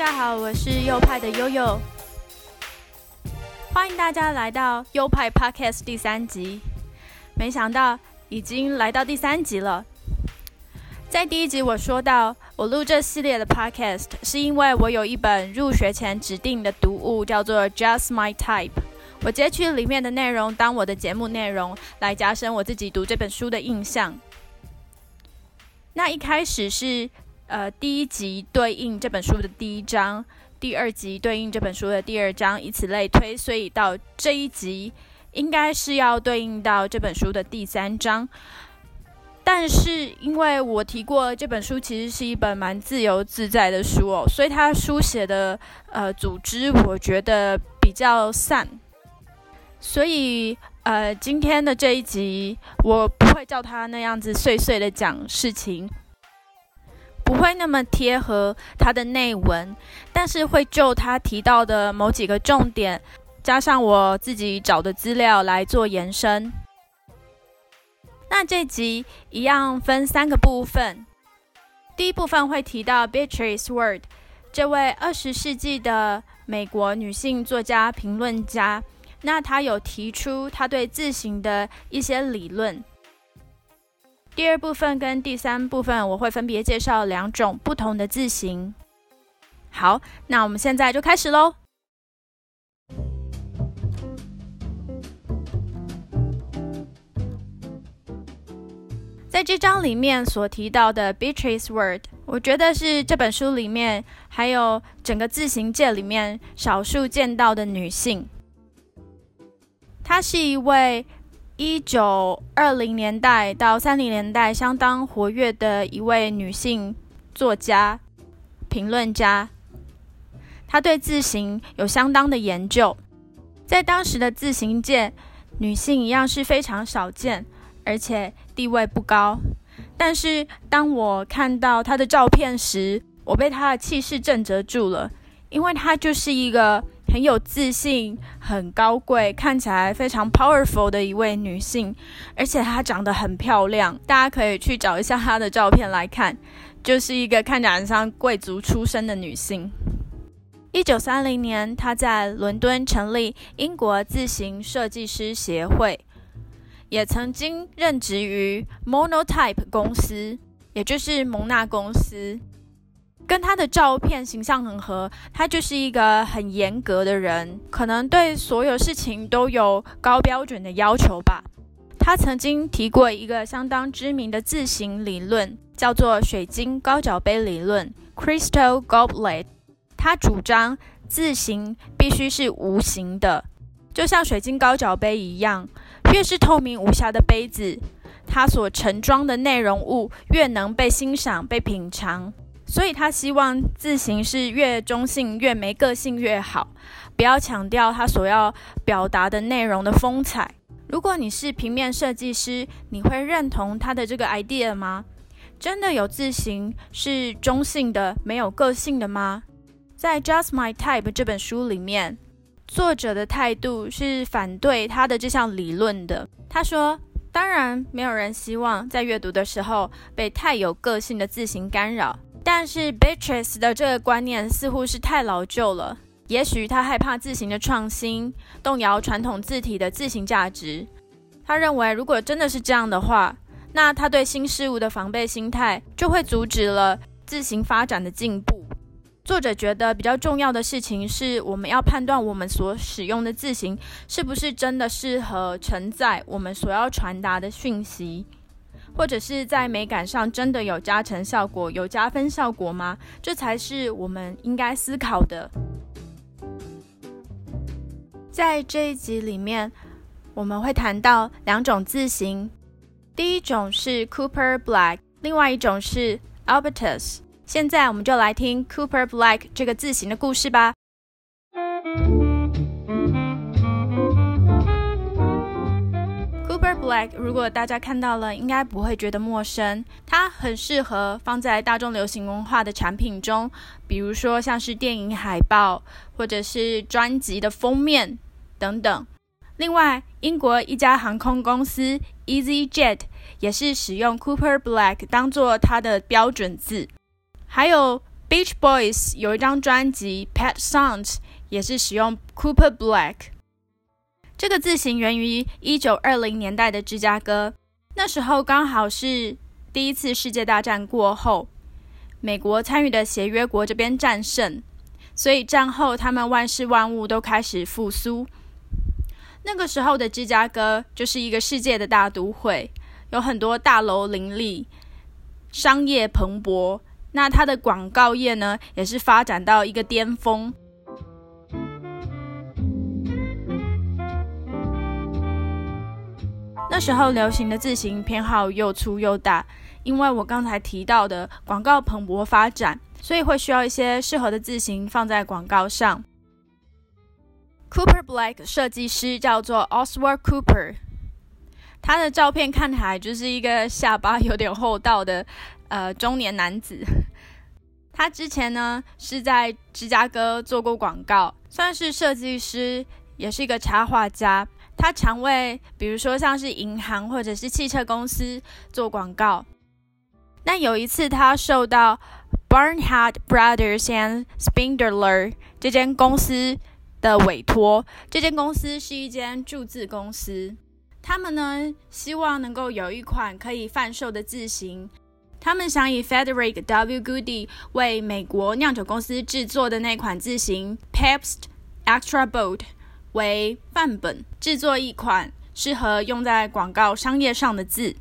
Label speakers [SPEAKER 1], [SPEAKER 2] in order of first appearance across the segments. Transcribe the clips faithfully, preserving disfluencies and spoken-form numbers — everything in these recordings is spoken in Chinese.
[SPEAKER 1] 家好，我是右派的悠悠，欢迎大家来到右派 Podcast 第三集。没想到已经来到第三集了。在第一集我说到，我录这系列的 Podcast 是因为我有一本入学前指定的读物，叫做 Just My Type。我截取里面的内容当我的节目内容，来加深我自己读这本书的印象。那一开始是呃，第一集对应这本书的第一章，第二集对应这本书的第二章，以此类推，所以到这一集应该是要对应到这本书的第三章。但是因为我提过这本书其实是一本蛮自由自在的书哦，所以它书写的呃组织我觉得比较散，所以呃今天的这一集我不会照它那样子碎碎的讲事情，不会那么贴合它的内文，但是会就他提到的某几个重点，加上我自己找的资料来做延伸。那这集一样分三个部分，第一部分会提到 Beatrice Ward 这位二十世纪的美国女性作家评论家，那她有提出她对字形的一些理论。第二部分跟第三部分我会分别介绍两种不同的字形。好，那我们现在就开始咯。在这章里面所提到的 Beatrice Ward， 我觉得是这本书里面还有整个字形界里面少数见到的女性。她是一位一九二零年代到三零年代相当活跃的一位女性作家、评论家，她对字形有相当的研究。在当时的字形界，女性一样是非常少见，而且地位不高。但是当我看到她的照片时，我被她的气势震慑住了，因为她就是一个很有自信、很高贵，看起来非常 powerful 的一位女性，而且她长得很漂亮，大家可以去找一下她的照片来看，就是一个看起来很像贵族出身的女性。一九三零年，她在伦敦成立英国字形设计师协会，也曾经任职于 Monotype 公司，也就是蒙纳公司。跟他的照片形象很合，他就是一个很严格的人，可能对所有事情都有高标准的要求吧。他曾经提过一个相当知名的字形理论，叫做水晶高脚杯理论 Crystal Goblet。 他主张字形必须是无形的，就像水晶高脚杯一样，越是透明无瑕的杯子，它所盛装的内容物越能被欣赏、被品尝。所以他希望字形是越中性、越没个性越好，不要强调他所要表达的内容的风采。如果你是平面设计师，你会认同他的这个 idea 吗？真的有字形是中性的、没有个性的吗？在 Just My Type 这本书里面，作者的态度是反对他的这项理论的。他说，当然没有人希望在阅读的时候被太有个性的字形干扰，但是 Beatrice 的这个观念似乎是太老旧了，也许他害怕字形的创新动摇传统字体的字形价值。他认为如果真的是这样的话，那他对新事物的防备心态就会阻止了字形发展的进步。作者觉得比较重要的事情是，我们要判断我们所使用的字形是不是真的适合承载我们所要传达的讯息，或者是在美感上真的有加成效果、有加分效果吗？这才是我们应该思考的。在这一集里面，我们会谈到两种字形，第一种是 Cooper Black， 另外一种是 Albertus。现在我们就来听 Cooper Black 这个字形的故事吧。Cooper Black 如果大家看到了应该不会觉得陌生，它很适合放在大众流行文化的产品中，比如说像是电影海报或者是专辑的封面等等。另外，英国一家航空公司 EasyJet 也是使用 Cooper Black 当作它的标准字。还有 Beach Boys 有一张专辑 Pet Sounds 也是使用 Cooper Black。 这个字型源于一九二零年代的芝加哥，那时候刚好是第一次世界大战过后，美国参与的协约国这边战胜，所以战后他们万事万物都开始复苏。那个时候的芝加哥就是一个世界的大都会，有很多大楼林立，商业蓬勃，那它的广告业呢也是发展到一个巅峰。那时候流行的字型偏好又粗又大，因为我刚才提到的广告蓬勃发展，所以会需要一些适合的字型放在广告上。 Cooper Black 设计师叫做 Oswald Cooper， 他的照片看起来就是一个下巴有点厚道的呃中年男子。他之前呢是在芝加哥做过广告，算是设计师，也是一个插画家。他常为比如说像是银行或者是汽车公司做广告。那有一次他受到 Barnhart Brothers and Spindler 这间公司的委托，这间公司是一间铸字公司，他们呢希望能够有一款可以贩售的字型，他们想以 Frederick W. Goody 为美国酿酒公司制作的那款字型 Pabst Extra Bold 为范本，制作一款适合用在广告商业上的字。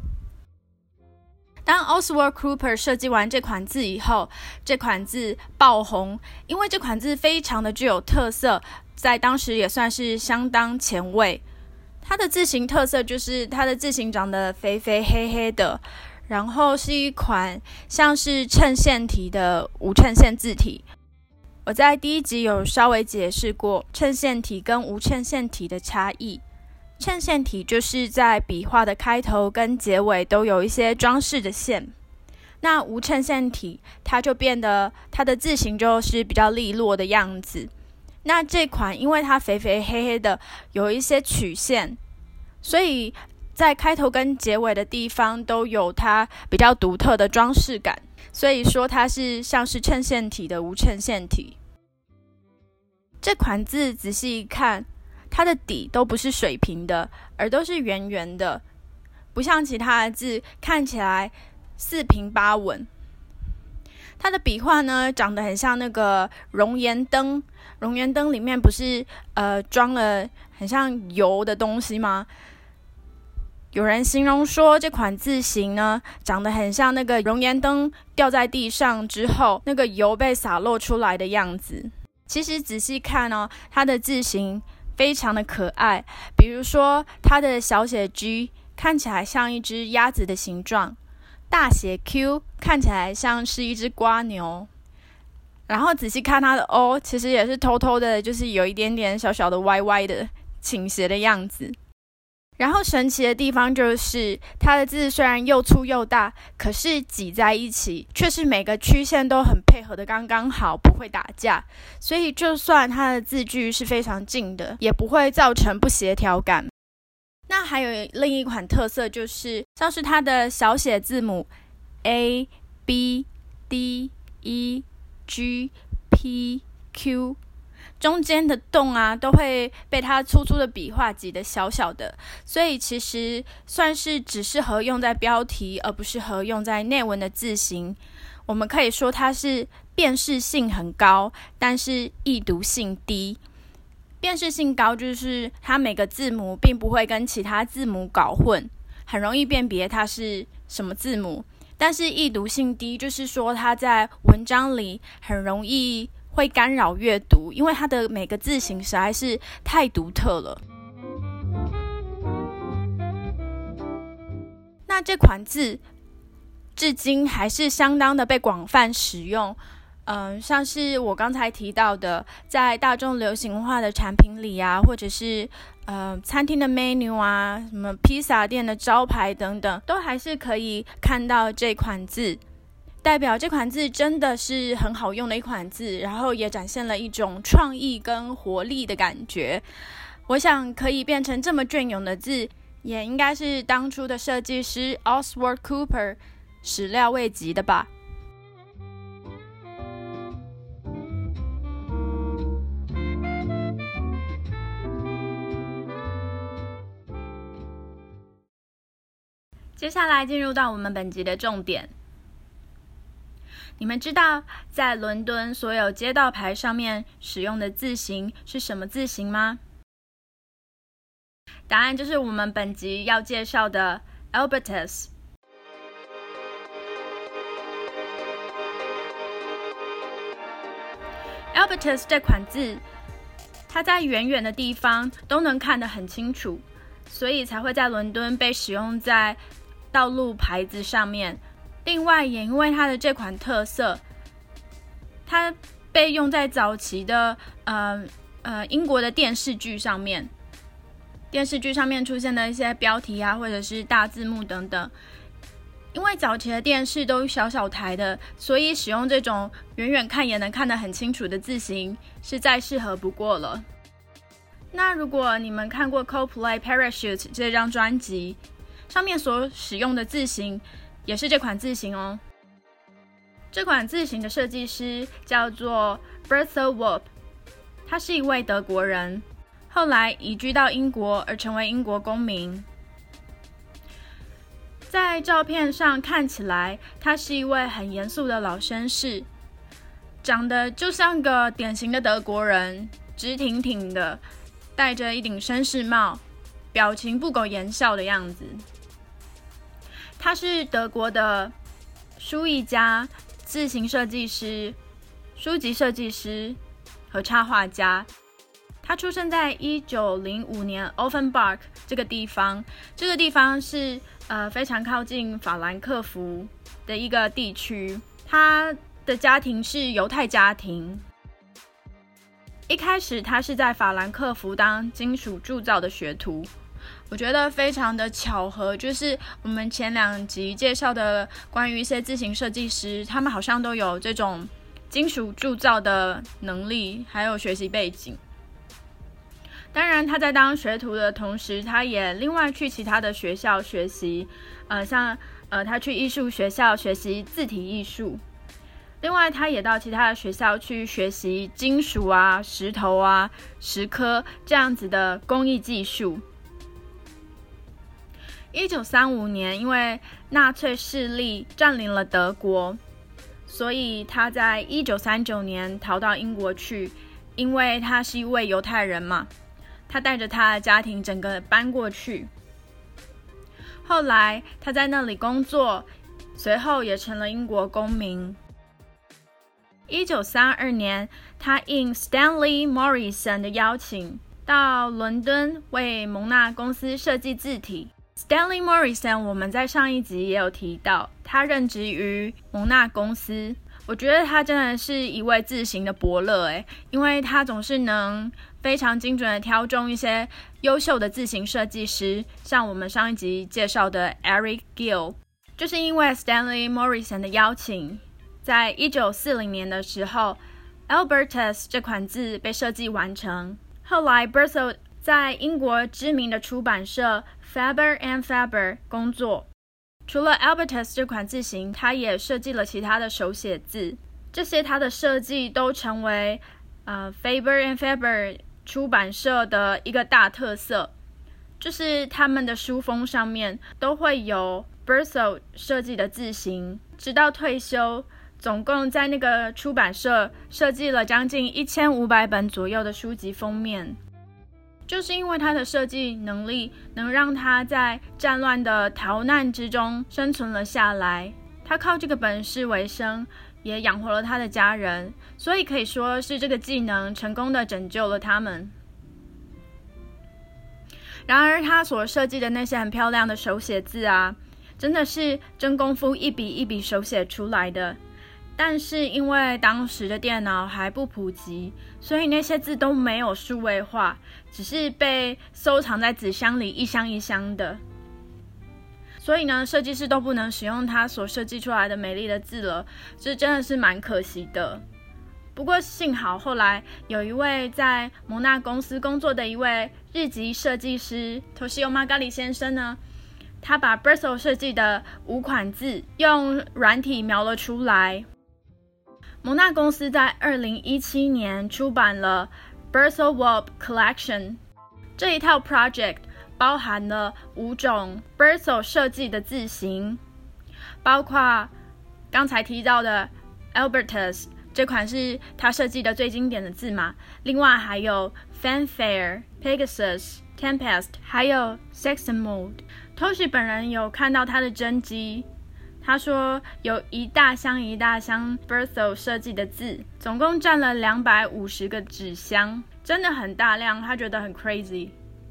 [SPEAKER 1] 当 Oswald Cooper 设计完这款字以后，这款字爆红，因为这款字非常的具有特色，在当时也算是相当前卫。它的字形特色就是它的字形长得肥肥黑黑的，然后是一款像是衬线体的无衬线字体。我在第一集有稍微解释过衬线体跟无衬线体的差异。衬线体就是在笔画的开头跟结尾都有一些装饰的线，那无衬线体它就变得它的字形就是比较利落的样子。那这款因为它肥肥黑黑的有一些曲线，所以在开头跟结尾的地方都有它比较独特的装饰感，所以说它是像是衬线体的无衬线体。这款字仔细一看，它的底都不是水平的，而都是圆圆的，不像其他的字看起来四平八稳。它的笔画呢长得很像那个熔岩灯，熔岩灯里面不是呃装了很像油的东西吗？有人形容说这款字型呢长得很像那个熔岩灯掉在地上之后那个油被洒落出来的样子。其实仔细看哦，它的字型非常的可爱，比如说它的小写 G 看起来像一只鸭子的形状，大写 Q 看起来像是一只蝸牛，然后仔细看它的 O 其实也是偷偷的就是有一点点小小的歪歪的倾斜的样子。然后神奇的地方就是它的字虽然又粗又大，可是挤在一起却是每个曲线都很配合的刚刚好，不会打架，所以就算它的字距是非常近的，也不会造成不协调感。那还有另一款特色就是像是它的小写字母 A B D E G P Q中间的洞啊都会被它粗粗的笔画挤得小小的，所以其实算是只适合用在标题而不适合用在内文的字型。我们可以说它是辨识性很高，但是易读性低。辨识性高就是它每个字母并不会跟其他字母搞混，很容易辨别它是什么字母。但是易读性低就是说它在文章里很容易会干扰阅读，因为它的每个字形实在是太独特了。那这款字至今还是相当的被广泛使用，嗯，像是我刚才提到的，在大众流行化的产品里啊，或者是呃餐厅的 menu 啊，什么披萨店的招牌等等，都还是可以看到这款字。代表这款字真的是很好用的一款字，然后也展现了一种创意跟活力的感觉。我想可以变成这么隽永的字，也应该是当初的设计师 Oswald Cooper 始料未及的吧。 接下来进入到我们本集的重点。你们知道在伦敦所有街道牌上面使用的字形是什么字形吗？答案就是我们本集要介绍的 Albertus。Albertus 这款字，它在远远的地方都能看得很清楚，所以才会在伦敦被使用在道路牌子上面。另外，也因为它的这款特色，它被用在早期的呃呃英国的电视剧上面。电视剧上面出现的一些标题啊，或者是大字幕等等。因为早期的电视都小小台的，所以使用这种远远看也能看得很清楚的字形是再适合不过了。那如果你们看过 Coldplay Parachute 这张专辑，上面所使用的字形也是这款字形哦。这款字形的设计师叫做 Berthold Wopp， 他是一位德国人，后来移居到英国而成为英国公民。在照片上看起来，他是一位很严肃的老绅士，长得就像个典型的德国人，直挺挺的，戴着一顶绅士帽，表情不苟言笑的样子。他是德国的书艺家、字形设计师、书籍设计师和插画家。他出生在一九零五年 Offenbach 这个地方，这个地方是呃非常靠近法兰克福的一个地区。他的家庭是犹太家庭。一开始他是在法兰克福当金属铸造的学徒。我觉得非常的巧合，就是我们前两集介绍的关于一些字形设计师，他们好像都有这种金属铸造的能力，还有学习背景。当然，他在当学徒的同时，他也另外去其他的学校学习，呃，像呃，他去艺术学校学习字体艺术。另外，他也到其他的学校去学习金属啊、石头啊、石刻这样子的工艺技术。一九三五年，因为纳粹势力占领了德国，所以他在一九三九年逃到英国去。因为他是一位犹太人嘛，他带着他的家庭整个搬过去。后来他在那里工作，随后也成了英国公民。一九三二年，他应 Stanley Morrison 的邀请，到伦敦为蒙纳公司设计字体。Stanley Morrison 我们在上一集也有提到，他任职于蒙纳公司。我觉得他真的是一位字形的伯乐诶，因为他总是能非常精准的挑中一些优秀的字形设计师，像我们上一集介绍的 Eric Gill。 就是因为 Stanley Morrison 的邀请，在一九四零年的时候 Albertus 这款字被设计完成。后来 Berthold 在英国知名的出版社 Faber and Faber 工作。除了 Albertus 这款字形，他也设计了其他的手写字。这些他的设计都成为呃 Faber and Faber 出版社的一个大特色，就是他们的书封上面都会有 Berthold 设计的字形。直到退休，总共在那个出版社设计了将近一千五百本左右的书籍封面。就是因为他的设计能力能让他在战乱的逃难之中生存了下来，他靠这个本事为生，也养活了他的家人，所以可以说是这个技能成功的拯救了他们。然而他所设计的那些很漂亮的手写字啊，真的是真功夫一笔一笔手写出来的。但是因为当时的电脑还不普及，所以那些字都没有数位化，只是被收藏在纸箱里一箱一箱的。所以呢，设计师都不能使用他所设计出来的美丽的字了，这真的是蛮可惜的。不过幸好后来有一位在蒙纳公司工作的一位日籍设计师Toshio Magari先生呢，他把 Berthold 设计的五款字用软体描了出来。蒙纳公司在二零一七年出版了 Berthold Wopp Collection 这一套 project， 包含了五种 Berthold 设计的字型，包括刚才提到的 Albertus， 这款是他设计的最经典的字嘛，另外还有 Fanfare、Pegasus、Tempest， 还有 Saxon-Mold。Toshi 本人有看到他的真迹，他说有一大箱一大箱 Berthold 设计的字，总共占了两百五十个纸箱，真的很大量，他觉得很 crazy。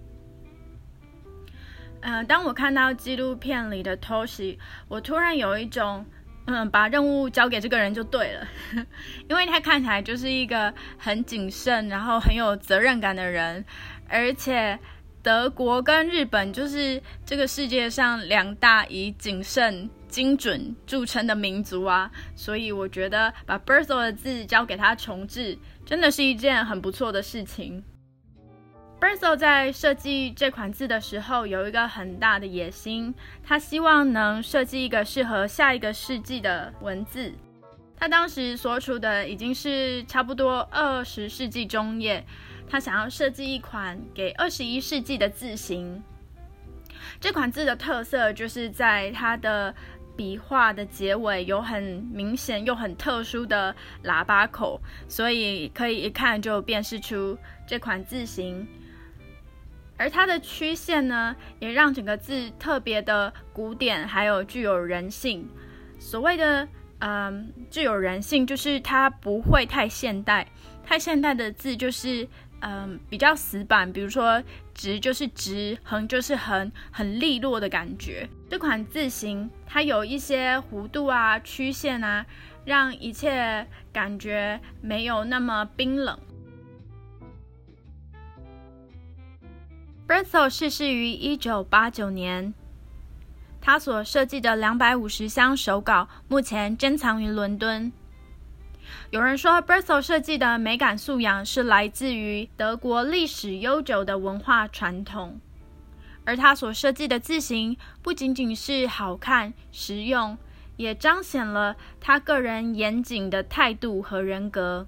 [SPEAKER 1] 呃，当我看到纪录片里的 Toshi， 我突然有一种嗯，把任务交给这个人就对了因为他看起来就是一个很谨慎然后很有责任感的人，而且德国跟日本就是这个世界上两大以谨慎精准著称的民族啊，所以我觉得把 Berthold 的字交给他重制真的是一件很不错的事情。Berthold 在设计这款字的时候有一个很大的野心，他希望能设计一个适合下一个世纪的文字。他当时所处的已经是差不多二十世纪中叶，他想要设计一款给二十一世纪的字型。这款字的特色就是在它的笔画的结尾有很明显又很特殊的喇叭口，所以可以一看就辨识出这款字型。而它的曲线呢，也让整个字特别的古典，还有具有人性。所谓的嗯，具有人性，就是它不会太现代。太现代的字就是嗯比较死板，比如说直就是直，横就是横，很利落的感觉。这款字型它有一些弧度啊、曲线啊，让一切感觉没有那么冰冷。Berthold 逝世于一九八九年，他所设计的两百五十箱手稿目前珍藏于伦敦。有人说 Berthold 设计的美感素养是来自于德国历史悠久的文化传统，而他所设计的字型不仅仅是好看实用，也彰显了他个人严谨的态度和人格。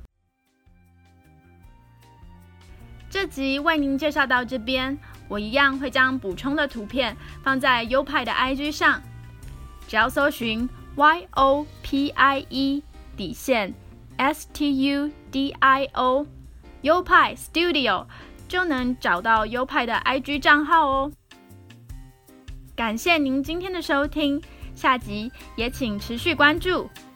[SPEAKER 1] 这集为您介绍到这边，我一样会将补充的图片放在优派的 I G 上，只要搜寻 Y O P I E 底线 S T U D I O 优派 Studio 就能找到优派的 I G 账号哦。感谢您今天的收听，下集也请持续关注。